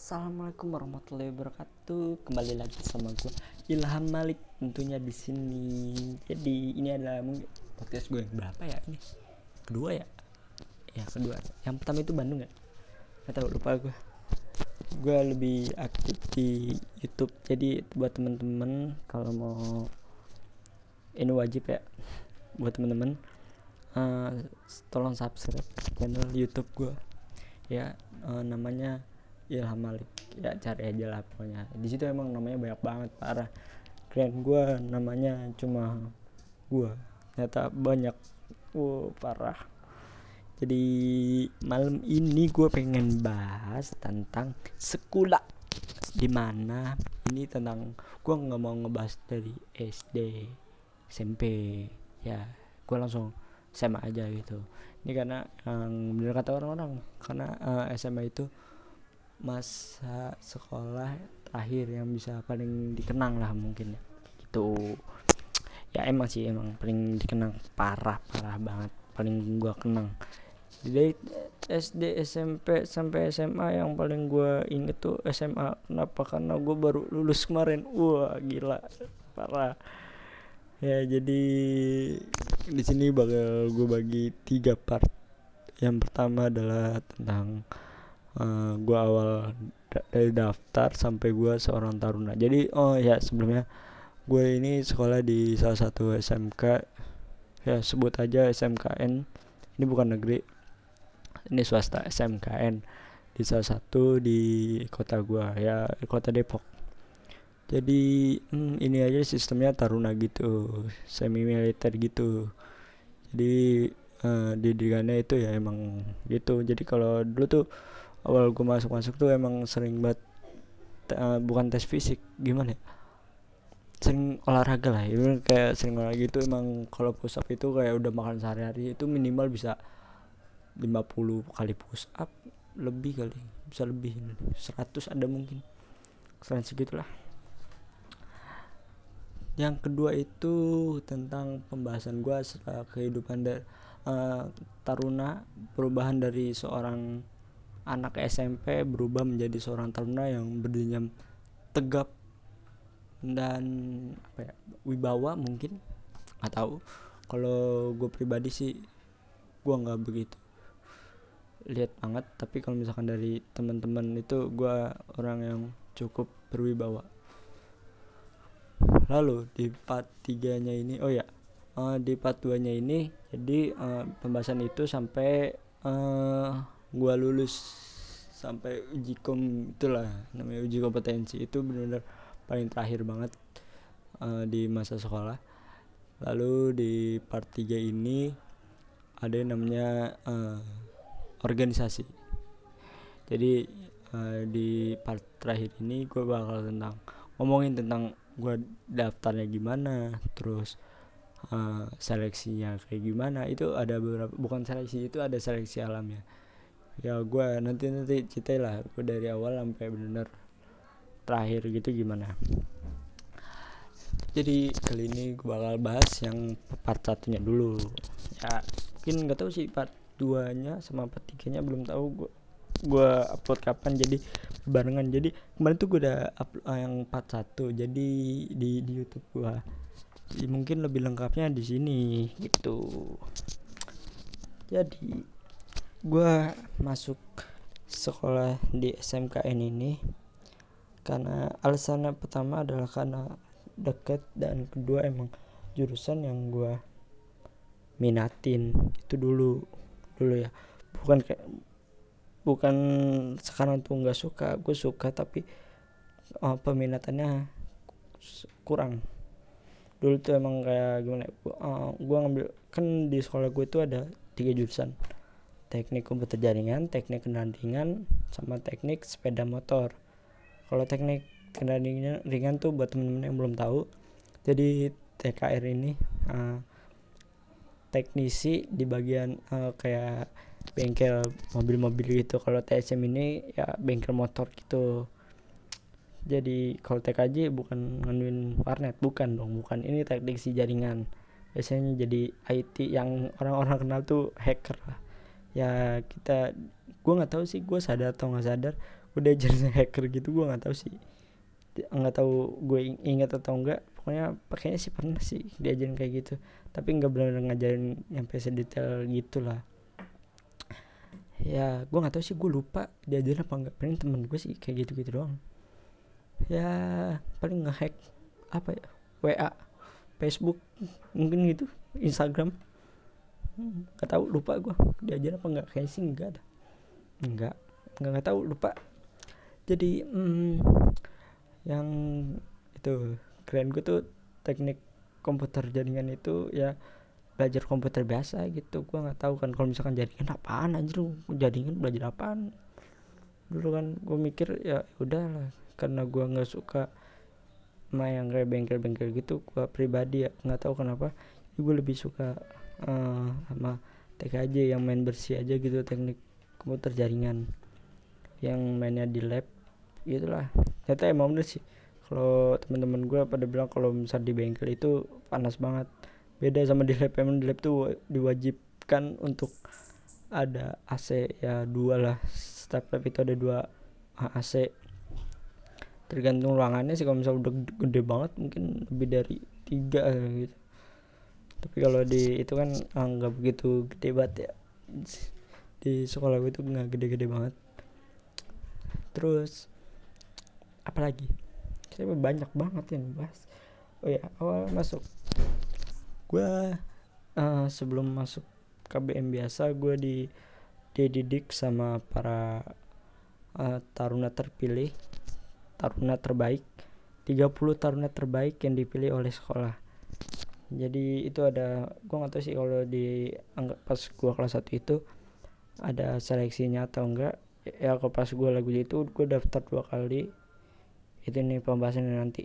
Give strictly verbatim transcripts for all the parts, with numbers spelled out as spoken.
Assalamualaikum warahmatullahi wabarakatuh. Kembali lagi sama gue Ilham Malik tentunya di sini. Jadi ini adalah mungkin podcast gue yang berapa ya ini? Kedua ya? Ya kedua. Yang pertama itu Bandung ya? Gak tahu, lupa gue. Gue lebih aktif di YouTube. Jadi buat temen-temen kalau mau ini wajib ya buat temen-temen uh, tolong subscribe channel YouTube gue ya, uh, namanya Ilham Malik ya, cari aja lah pokoknya. Di situ emang namanya banyak banget, parah. Keren, gue namanya cuma gue, ternyata banyak. Wow, parah. Jadi malam ini gue pengen bahas tentang sekolah, dimana ini tentang gue nggak mau ngebahas dari S D, S M P ya, gue langsung S M A aja gitu. Ini karena yang benar kata orang-orang, karena uh, S M A itu masa sekolah terakhir yang bisa paling dikenang lah mungkin ya gitu ya. Emang sih emang paling dikenang, parah parah banget, paling gua kenang dari S D, S M P sampai S M A. Yang paling gua inget tuh S M A. Kenapa? Karena gua baru lulus kemarin. Wah gila, parah ya. Jadi di sini bakal gua bagi tiga part. Yang pertama adalah tentang Uh, gue awal da- dari daftar sampai gue seorang taruna. Jadi oh ya, sebelumnya gue ini sekolah di salah satu S M K ya, sebut aja S M K N. Ini bukan negeri, ini swasta, S M K N di salah satu di kota gue ya, di kota Depok. Jadi hmm, ini aja sistemnya taruna gitu, semi militer gitu. Jadi uh, didikannya itu ya emang gitu. Jadi kalau dulu tuh awal gue masuk-masuk tuh emang sering banget, uh, bukan tes fisik, gimana ya, sering olahraga lah ya. Kayak sering olahraga itu emang kalau push up itu kayak udah makan sehari-hari. Itu minimal bisa lima puluh kali push up, lebih kali, bisa lebih, seratus ada mungkin, selain segitulah. Yang kedua itu tentang pembahasan gue setelah kehidupan da- uh, taruna, perubahan dari seorang anak S M P berubah menjadi seorang taruna yang berdiam tegap dan apa ya, wibawa mungkin, nggak tahu. Kalau gue pribadi sih gue nggak begitu lihat banget, tapi kalau misalkan dari teman-teman itu gue orang yang cukup berwibawa. Lalu di part tiganya ini, oh ya, uh, di part duanya ini jadi uh, pembahasan itu sampai uh, gue lulus, sampai uji kom, itulah namanya uji kompetensi. Itu benar-benar paling terakhir banget uh, di masa sekolah. Lalu di part tiga ini ada yang namanya uh, organisasi. Jadi uh, di part terakhir ini gue bakal tentang ngomongin tentang gue daftarnya gimana, terus uh, seleksinya kayak gimana. Itu ada beberapa, bukan seleksi, itu ada seleksi alamnya ya. Gue nanti nanti ceritain lah gue dari awal sampai benar terakhir gitu gimana. Jadi kali ini gue bakal bahas yang part satunya dulu ya. Mungkin nggak tahu sih part duanya sama part tiganya, belum tahu gue gue upload kapan, jadi barengan. Jadi kemarin tuh gue udah upload uh, yang part satu jadi di di YouTube gue. Jadi mungkin lebih lengkapnya di sini gitu. Jadi gue masuk sekolah di S M K N ini karena alasannya pertama adalah karena deket, dan kedua emang jurusan yang gue minatin itu dulu dulu ya. Bukan kayak bukan sekarang tuh nggak suka, gue suka, tapi uh, peminatannya kurang. Dulu tuh emang kayak gimana ya, uh, gue ngambil kan di sekolah gue itu ada tiga jurusan: teknik komputer jaringan, teknik kendaraan ringan, sama teknik sepeda motor. Kalau teknik kendaraan ringan, ringan tuh buat temen-temen yang belum tahu, jadi T K R ini uh, teknisi di bagian uh, kayak bengkel mobil-mobil gitu. Kalau T S M ini ya bengkel motor gitu. Jadi kalau T K J bukan nganuin warnet, bukan dong, bukan. Ini teknisi jaringan. Biasanya jadi I T yang orang-orang kenal tuh hacker lah. Ya kita, gue nggak tahu sih gue sadar atau nggak sadar, gue udah jadi hacker gitu. Gue nggak tahu sih, nggak tahu gue ingat atau enggak, pokoknya pakainya sih pernah sih diajarin kayak gitu, tapi nggak benar-benar ngajarin nyampe sedetail gitulah. Ya gue nggak tahu sih, gue lupa diajarin apa enggak. Paling temen gue sih kayak gitu-gitu doang. Ya paling ngehack apa ya, W A, Facebook mungkin gitu, Instagram. Hmm, nggak tahu, lupa gue diajarin apa enggak. Kayaknya sih enggak ada, enggak enggak nggak tahu, lupa. Jadi hmm, yang itu keren gue tuh teknik komputer jaringan itu ya belajar komputer biasa gitu. Gue nggak tahu kan kalau misalkan jaringan apaan anjir, jaringan belajar apaan. Dulu kan gue mikir ya udah lah, karena gue nggak suka main yang kayak bengkel-bengkel gitu, gue pribadi ya nggak tahu kenapa gue lebih suka uh, sama T K J yang main bersih aja gitu, teknik komputer jaringan yang mainnya di lab gitulah. Ternyata emang bener sih, kalau teman-teman gue pada bilang kalau misal di bengkel itu panas banget, beda sama di lab. Emang di lab tuh diwajibkan untuk ada A C ya, dua lah, setiap lab itu ada dua A C, tergantung ruangannya sih. Kalau misalnya udah gede banget mungkin lebih dari tiga gitu, tapi kalau di itu kan nggak ah, begitu gede banget ya. Di sekolah gue itu nggak gede-gede banget. Terus apalagi, saya banyak banget yang bahas. Oh ya, awal masuk gue uh, sebelum masuk K B M biasa, gue di dididik sama para uh, taruna terpilih, taruna terbaik, tiga puluh taruna terbaik yang dipilih oleh sekolah. Jadi itu ada, gue nggak tahu sih kalau di anggap pas gue kelas satu itu ada seleksinya atau enggak ya. Kalau pas gue lagu itu gue daftar dua kali, itu nih pembahasannya nanti.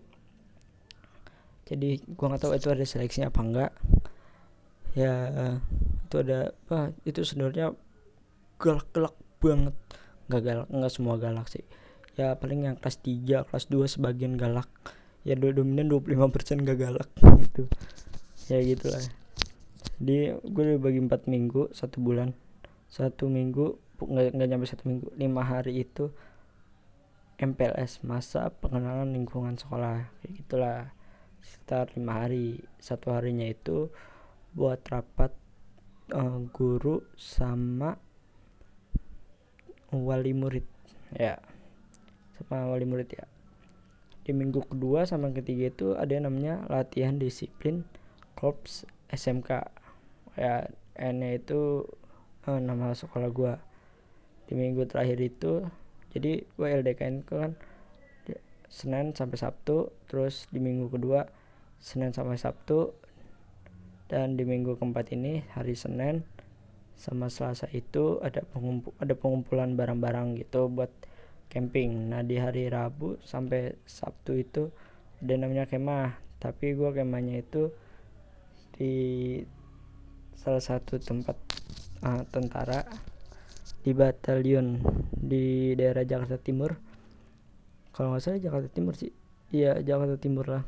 Jadi gue nggak tahu itu ada seleksinya apa enggak ya. Itu ada apa, itu sebenarnya galak-galak banget. Nggak galak, nggak semua galak sih ya, paling yang kelas tiga, kelas dua sebagian galak ya, dominan dua puluh lima persen gak galak gitu ya, gitulah. Jadi gue bagi empat minggu, satu bulan, satu minggu nggak nggak nyampe satu minggu, lima hari itu M P L S, masa pengenalan lingkungan sekolah, kayak gitulah, sekitar lima hari. Satu harinya itu buat rapat uh, guru sama wali murid ya, sama wali murid ya. Di minggu kedua sama ketiga itu ada yang namanya latihan disiplin korps S M K ya, N-nya itu eh, nama sekolah gue. Di minggu terakhir itu jadi gue L D K N kan Senin sampai Sabtu, terus di minggu kedua Senin sampai Sabtu, dan di minggu keempat ini hari Senin sama Selasa itu ada pengumpul, ada pengumpulan barang-barang gitu buat camping. Nah di hari Rabu sampai Sabtu itu ada namanya kemah, tapi gue kemahnya itu di salah satu tempat uh, tentara di batalion di daerah Jakarta Timur, kalau nggak salah Jakarta Timur sih, iya Jakarta Timur lah.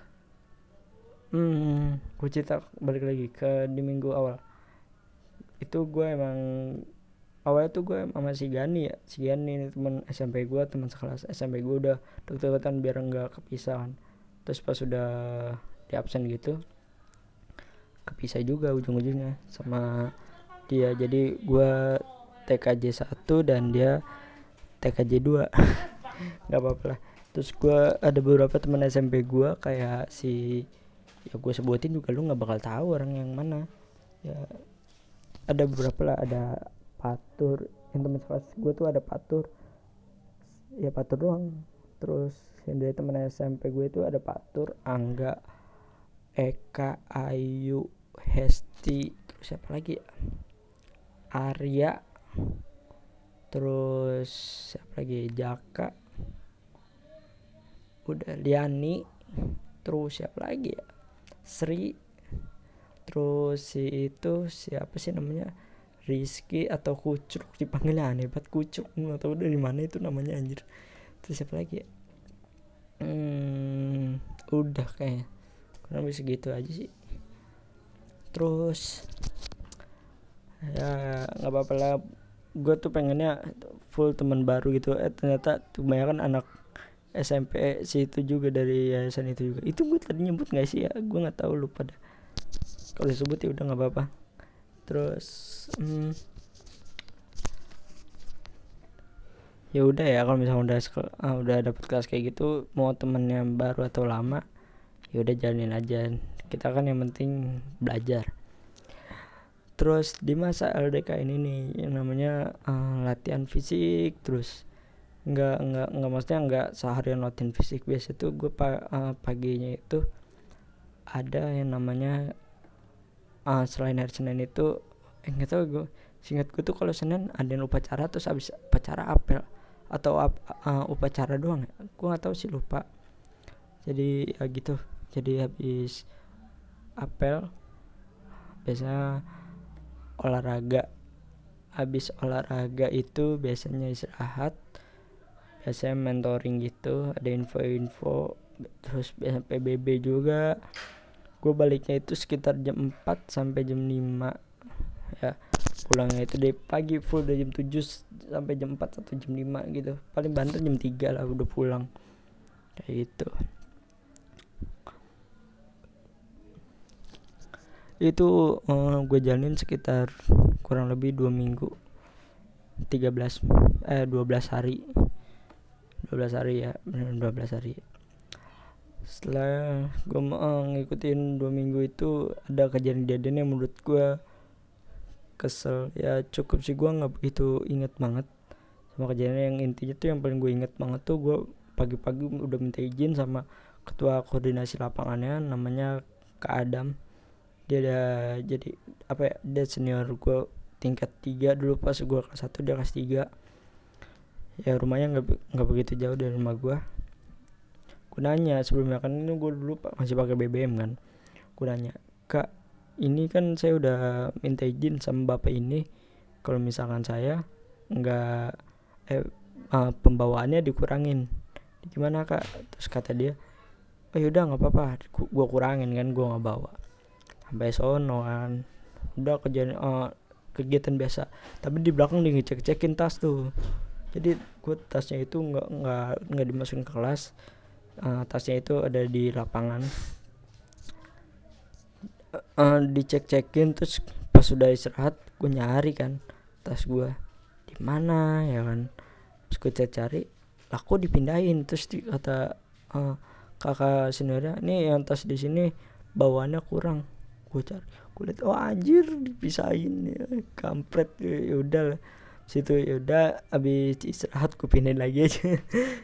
Hmm, gue cerita balik lagi ke di minggu awal itu. Gue emang awalnya tuh gue sama si Gani ya, si Gani teman S M P gue, teman sekelas S M P gue, udah deket-deketan biar nggak kepisahan. Terus pas sudah di absen gitu kepisah juga ujung-ujungnya sama dia. Jadi gue T K J satu dan dia T K J dua nggak apa-apa lah. Terus gue ada beberapa teman S M P gue kayak si, ya gue sebutin juga lu nggak bakal tahu orang yang mana ya. Ada beberapa lah, ada Patur, yang teman kelas gue tuh ada Patur ya, Patur doang. Terus yang dari teman S M P gue itu ada Patur, Angga, Eka, Ayu, Hesti, terus siapa lagi ya, Arya, terus siapa lagi, Jaka, udah Liani, terus siapa lagi ya, Sri, terus si itu siapa sih namanya, Rizky atau Kucuk, dipanggilnya aneh banget Kucuk, nggak tahu dari mana itu namanya anjir. Terus siapa lagi ya, hmm, udah kayaknya kurang lebih segitu aja sih. Terus ya nggak apa-apa lah, gue tuh pengennya full teman baru gitu, eh ternyata kebanyakan anak S M P situ juga, dari yayasan itu juga. Itu gue tadi nyebut nggak sih ya, gue nggak tahu, lupa dah. Kalau disebut ya udah nggak apa-apa. Terus hmm, ya udah ya, kalau misalnya udah uh, udah dapet kelas kayak gitu, mau temennya baru atau lama ya udah jalanin aja, kita kan yang penting belajar. Terus di masa L D K ini nih yang namanya uh, latihan fisik terus, nggak nggak nggak maksudnya nggak seharian latihan fisik. Biasa tuh gue pa, uh, paginya itu ada yang namanya uh, selain hari Senin itu, eh nggak tahu gue, singkat gue tuh kalau Senin ada yang upacara, terus abis upacara apel atau uh, upacara doang ya, gue nggak tahu sih, lupa. Jadi ya gitu, jadi habis apel biasanya olahraga, habis olahraga itu biasanya istirahat, biasanya mentoring gitu, ada info-info, terus biasa P B B juga. Gue baliknya itu sekitar jam empat sampai jam lima ya, pulangnya itu dari pagi full dari jam tujuh sampai jam empat atau jam lima gitu, paling banter jam tiga lah udah pulang kayak gitu. Itu uh, gue jalanin sekitar kurang lebih dua minggu, tiga belas eh dua belas hari, dua belas hari ya, benar dua belas hari. Setelah gue uh, ngikutin dua minggu itu, ada kejadian-kejadian yang menurut gue kesel ya, cukup sih, gue nggak begitu inget banget sama kejadian. Yang intinya tuh yang paling gue inget banget tuh, gue pagi-pagi udah minta izin sama ketua koordinasi lapangannya, namanya Kak Adam. Dia ada jadi apa ya, dia senior gue tingkat tiga dulu, pas gue kelas satu dia kelas tiga ya, rumahnya nggak nggak begitu jauh dari rumah gue. Gue nanya sebelumnya, kan ini gue dulu pak masih pakai B B M kan, gue nanya, Kak ini kan saya udah minta izin sama bapak ini, kalau misalkan saya nggak eh uh, pembawaannya dikurangin gimana Kak? Terus kata dia, oh yaudah nggak apa-apa, gue kurangin kan, gue nggak bawa sampai sono kan, udah kejadian uh, kegiatan biasa. Tapi di belakang dia ngecek-cekin tas tuh, jadi gue tasnya itu nggak nggak nggak dimasukin ke kelas, uh, tasnya itu ada di lapangan, uh, dicek-cekin. Terus pas sudah istirahat gue nyari kan tas gue di mana ya kan, terus gue cari, lah kok dipindahin. Terus di, kata uh, kakak seniornya, nih yang tas di sini bawaannya kurang. Gue cari, gue liat, oh anjir dipisahin ya, kampret. Ya udah situ, ya udah abis istirahat gue pindahin lagi aja.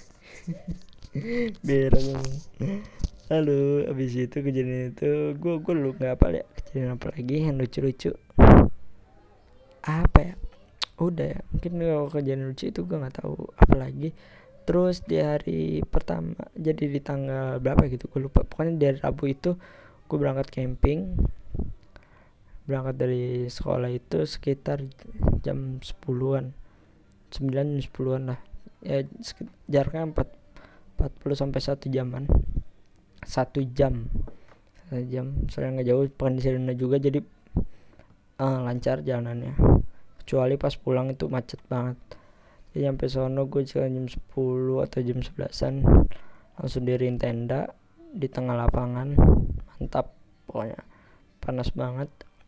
Biar lalu abis itu kejadian itu gue gue lu nggak apa ya, kejadian apa lagi yang lucu-lucu apa ya, udah ya mungkin kalau kejadian lucu itu gue nggak tahu apa lagi. Terus di hari pertama, jadi di tanggal berapa gitu gue lupa, pokoknya di hari Rabu itu gue berangkat camping, berangkat dari sekolah itu sekitar jam sepuluhan, sembilan sepuluhan lah ya, jaraknya empat empat puluh sampai satu jaman, satu jam satu jam soalnya nggak jauh, bukan di Serena juga, jadi uh, lancar jalanannya, kecuali pas pulang itu macet banget. Jadi sampai sono gue jam sepuluh atau jam sebelasan langsung diriin tenda di tengah lapangan, mantap pokoknya, panas banget.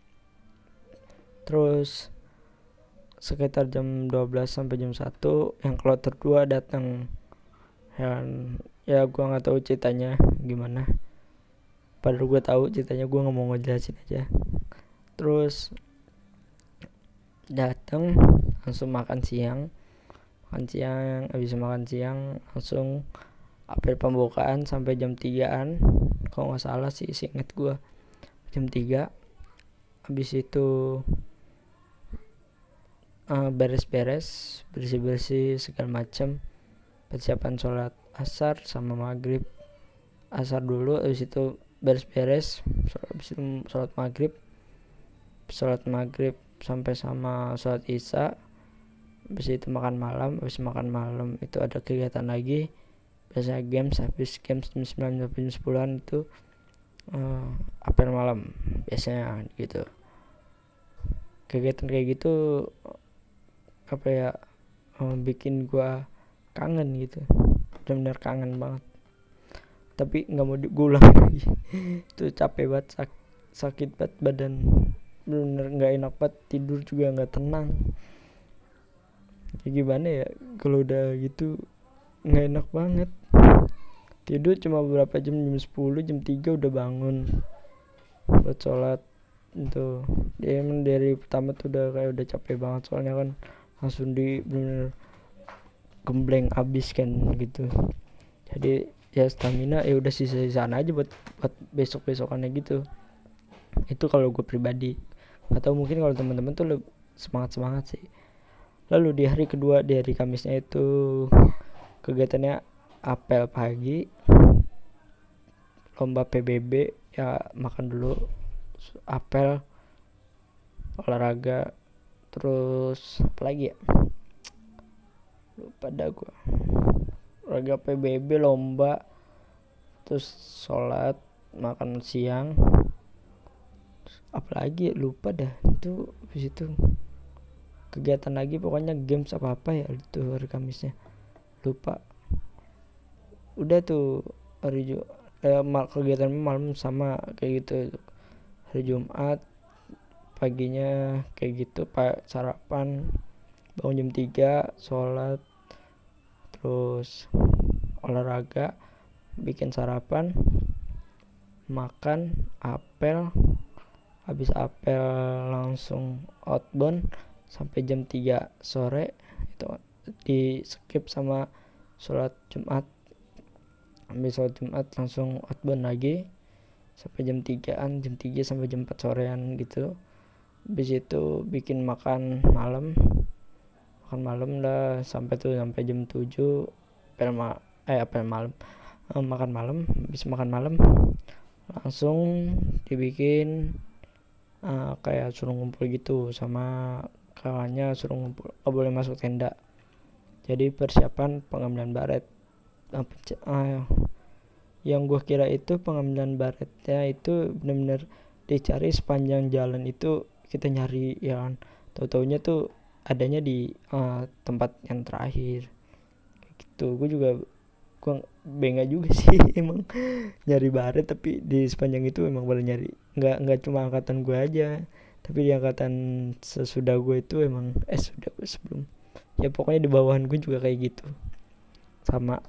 Terus sekitar jam dua belas sampai jam satu yang kloter dua datang, dan ya gue nggak tahu ceritanya gimana, padahal gue tahu ceritanya, gue nggak mau ngejelasin aja. Terus datang langsung makan siang, makan siang habis makan siang langsung apel pembukaan sampai jam tigaan kalau nggak salah sih, seinget gue jam tiga. Habis itu uh, beres-beres, bersih-bersih segala macam, persiapan sholat asar sama maghrib. Asar dulu, habis itu beres-beres, habis itu sholat maghrib, sholat maghrib sampai sama sholat isya, habis itu makan malam. Habis makan malam itu ada kegiatan lagi, biasanya games. Habis games jam sembilan sampai jam sepuluhan itu uh, apel malam biasanya gitu. Kegiatan kayak gitu apa ya, uh, bikin gua kangen gitu, benar-benar kangen banget. Tapi nggak mau diulang lagi. Itu capek banget, sak- sakit banget badan, benar nggak enak banget, tidur juga nggak tenang. Ya gimana ya, kalau udah gitu nggak enak banget. Tidur cuma beberapa jam, jam sepuluh, jam tiga udah bangun buat sholat. Itu dia emang dari pertama tuh udah kayak udah capek banget, soalnya kan langsung di bener gembleng abis kan gitu. Jadi ya stamina ya udah sisa-sisaan aja buat buat besok-besokannya gitu. Itu kalau gue pribadi, atau mungkin kalau teman-teman tuh lebih semangat-semangat sih. Lalu di hari kedua, di hari Kamisnya itu kegiatannya apel pagi, lomba P B B, ya makan dulu, apel, olahraga, terus apa lagi ya, lupa dah gue. Olahraga, P B B, lomba, terus sholat, makan siang, apalagi ya, lupa dah. Itu habis itu kegiatan lagi, pokoknya games apa apa ya itu hari Kamisnya, lupa. Udah tuh hari Ju eh, mal kegiatan malam sama kayak gitu. Hari Jumat paginya kayak gitu, pak sarapan, bangun jam tiga, sholat, terus olahraga, bikin sarapan, makan, apel, habis apel langsung outbound sampai jam tiga sore. Itu di skip sama sholat Jumat. Habis sholat Jumat langsung outbound lagi sampai jam tigaan, jam tiga sampai jam empat sorean gitu. Habis itu bikin makan malam, makan malam dah sampai tuh sampai jam tujuh, apel ma eh apel malam, eh, makan malam. Habis makan malam langsung dibikin uh, kayak suruh ngumpul gitu sama kawannya, suruh ngumpul, gak boleh masuk tenda. Jadi persiapan pengambilan baret. uh, uh, yang gue kira itu pengambilan baretnya itu benar-benar dicari sepanjang jalan itu, kita nyari ya kan, tahu-taunya tuh adanya di uh, tempat yang terakhir gitu. Gue juga gue bengak juga sih emang nyari baret, tapi di sepanjang itu emang boleh nyari, nggak nggak cuma angkatan gue aja, tapi di angkatan sesudah gue itu emang eh sudah sebelum, ya pokoknya di bawahan gue juga kayak gitu sama.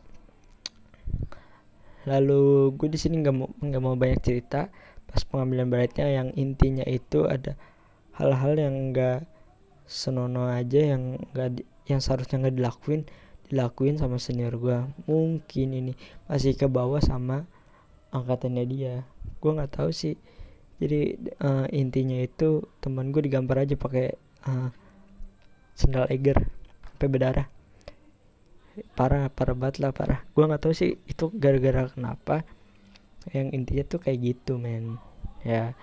Lalu gue di sini nggak mau nggak mau banyak cerita pas pengambilan baretnya, yang intinya itu ada hal-hal yang nggak senonoh aja, yang nggak yang seharusnya nggak dilakuin dilakuin sama senior gue. Mungkin ini masih ke bawah sama angkatannya dia, gue nggak tahu sih. Jadi uh, intinya itu teman gue digambar aja pakai uh, sendal eger sampai berdarah, parah parah banget lah, parah. Gue nggak tahu sih itu gara-gara kenapa, yang intinya tuh kayak gitu men ya.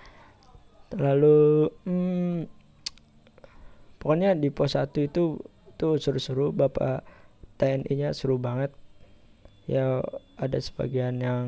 Lalu hmm, pokoknya di pos satu itu tuh seru-seru, bapak T N I nya seru banget ya. Ada sebagian yang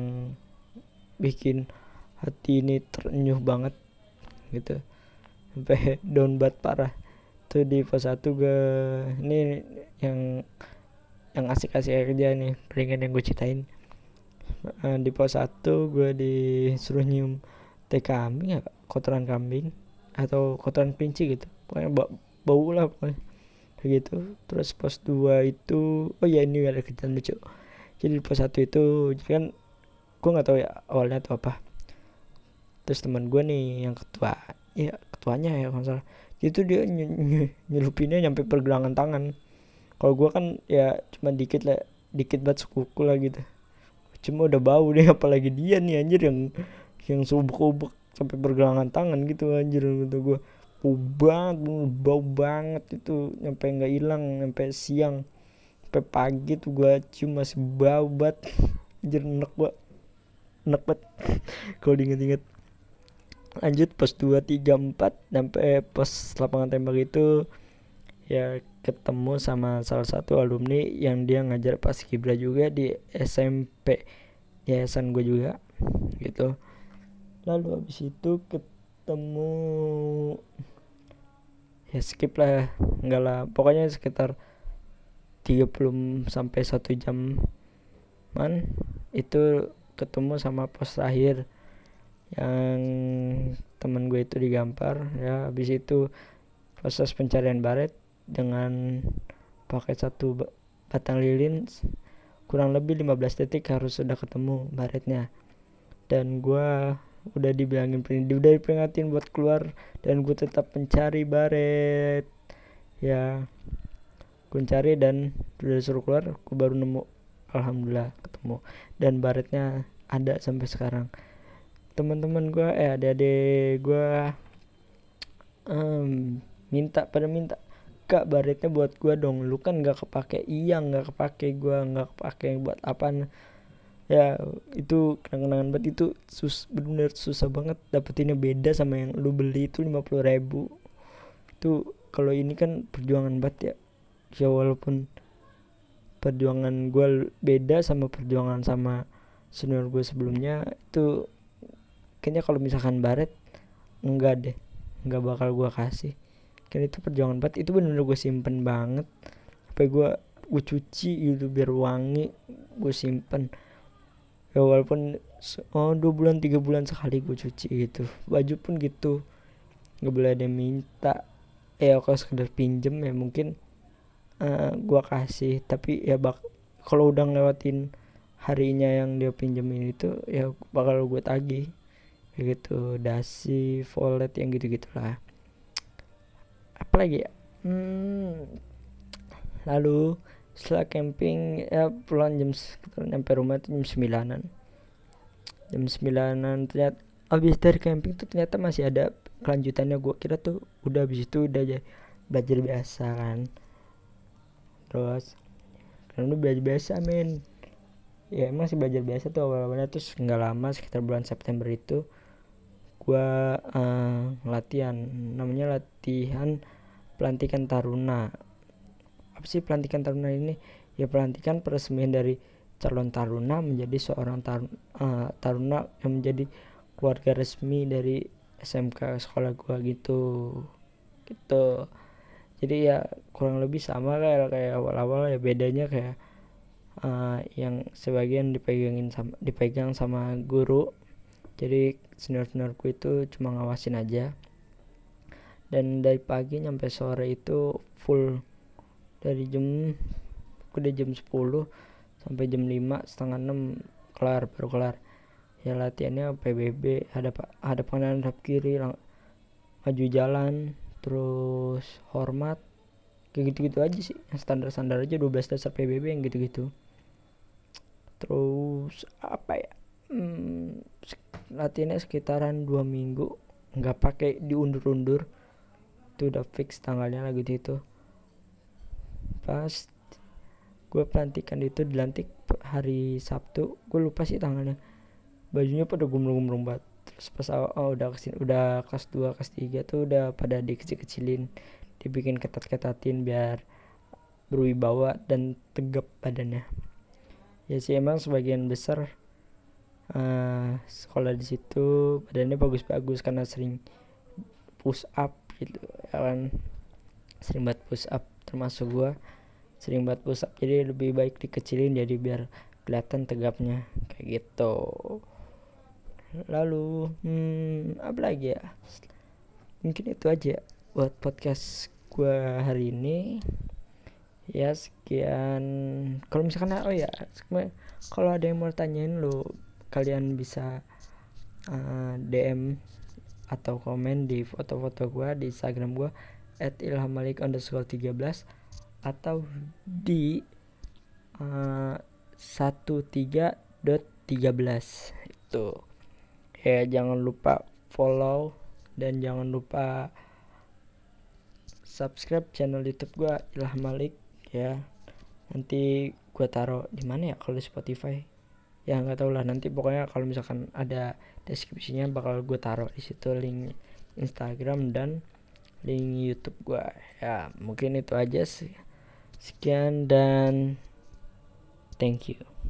bikin hati ini terenyuh banget gitu, sampai down banget parah tuh di pos satu. Gue ini yang yang asik-asik aja nih pengen yang gue ceritain. Uh, di pos satu gue disuruh nyium teh kambing ya, kotoran kambing atau kotoran kelinci gitu, pokoknya bau, bau lah pokoknya kayak gitu. Terus pos dua itu, oh ya ini ada kejadian lucu. Jadi di pos satu itu, jadi kan gue nggak tahu ya awalnya tuh apa. Terus teman gue nih yang ketua, ya ketuanya ya kalau salah, itu dia ny- ny- nyelupinnya nyampe pergelangan tangan. Kalau gue kan ya cuma dikit lah, dikit banget sekuku lah gitu, cuma udah bau deh, apalagi dia nih anjir yang yang subuk-ubuk sampai pergelangan tangan gitu anjir. Gitu gue bau banget, bau banget itu, nyampe nggak hilang nyampe siang, sampai pagi tuh gue cium masih bau banget anjir, enek gue, enek banget kalau diinget-inget. Lanjut pos dua, tiga, empat sampai pos lapangan tembak itu ya ketemu sama salah satu alumni yang dia ngajar paskibra juga di S M P yayasan gue juga gitu. Lalu habis itu ketemu ya skip lah, enggak lah, pokoknya sekitar tiga puluh sampai satu jam man itu ketemu sama pos terakhir yang temen gue itu digampar. Ya habis itu proses pencarian baret dengan pakai satu batang lilin, kurang lebih lima belas detik harus sudah ketemu baretnya. Dan gue udah dibilangin, udah diperingatin buat keluar, dan gue tetap mencari baret. Ya gue cari dan udah disuruh keluar, gue baru nemu, alhamdulillah ketemu, dan baretnya ada sampai sekarang. Teman-teman gue eh adik-adik gue um, minta pada minta, kak baretnya buat gue dong, lu kan nggak kepake. Iya nggak kepake, gue nggak kepake buat apaan. Ya itu kenangan-kenangan banget, itu sus bener susah banget dapetinnya, beda sama yang lu beli itu lima puluh ribu. Itu kalau ini kan perjuangan banget ya. Ya walaupun perjuangan gue beda sama perjuangan sama senior gue sebelumnya, itu kayaknya kalau misalkan baret enggak deh, enggak bakal gue kasih. Kan itu perjuangan banget, itu bener-bener gue simpen banget sampai gue gue cuci gitu biar wangi, gue simpen. Ya walaupun oh dua bulan tiga bulan sekali gue cuci gitu. Baju pun gitu, nggak boleh ada yang minta. Ya kalau sekedar pinjem ya mungkin uh, gue kasih, tapi ya bak kalau udah ngelewatin harinya yang dia pinjemin itu ya bakal gue tagih kayak gitu, dasi, volet, yang gitu gitulah. Apalagi ya, hmm, lalu setelah camping ya pulang jam sekitar nyampe rumah itu jam sembilanan. Jam sembilanan ternyata abis dari camping tuh ternyata masih ada kelanjutannya. Gue kira tuh udah abis itu udah aja belajar biasa kan. Terus kan udah belajar biasa men. Ya emang sih belajar biasa tuh awal-awalnya. Terus nggak lama sekitar bulan September itu gue uh, latihan, namanya latihan pelantikan taruna. Apa sih pelantikan taruna ini? Ya pelantikan peresmian dari calon taruna menjadi seorang taruna, uh, taruna yang menjadi keluarga resmi dari S M K sekolah gua gitu gitu. Jadi ya kurang lebih sama kayak kayak awal-awal, ya bedanya kayak uh, yang sebagian dipegangin sama dipegang sama guru. Jadi senior-seniorku itu cuma ngawasin aja. Dan dari pagi nyampe sore itu full, dari jam udah jam sepuluh sampai jam lima setengah enam kelar, baru kelar. Ya latihannya P B B, hadap hadap kanan hadap kiri, lang- maju jalan, terus hormat, kayak gitu-gitu aja sih, yang standar-standar aja. Dua belas dasar P B B yang gitu-gitu. Terus apa ya, hmm, latihannya sekitaran dua minggu, nggak pakai diundur-undur, itu udah fix tanggalnya lagi gitu. Pas gue pelantikan itu dilantik hari Sabtu, gue lupa sih tanggalnya, bajunya pada gombrong-gombrong banget. Terus pas awal, oh, udah kesini, udah kelas dua kelas tiga tuh udah pada dikecil-kecilin, dibikin ketat-ketatin biar berwibawa dan tegap badannya. Ya sih emang sebagian besar uh, sekolah di situ badannya bagus-bagus karena sering push up gitu ya kan, sering banget push up, termasuk gue sering banget push up, jadi lebih baik dikecilin jadi biar kelihatan tegapnya kayak gitu. Lalu hmm, apa lagi ya, mungkin itu aja buat podcast gue hari ini. Ya sekian, kalau misalkan oh ya kalau ada yang mau tanyain lo, kalian bisa uh, D M atau komen di foto-foto gue di Instagram gue at ilhammalik underscore tiga belas atau di uh, satu tiga dot tiga belas itu. Ya jangan lupa follow dan jangan lupa subscribe channel YouTube gue Ilham Malik ya. Nanti gue taruh di mana ya kalau di Spotify, ya nggak tahu lah, nanti pokoknya kalau misalkan ada deskripsinya bakal gue taruh di situ link Instagram dan link YouTube gue. Ya mungkin itu aja sih, sekian dan thank you.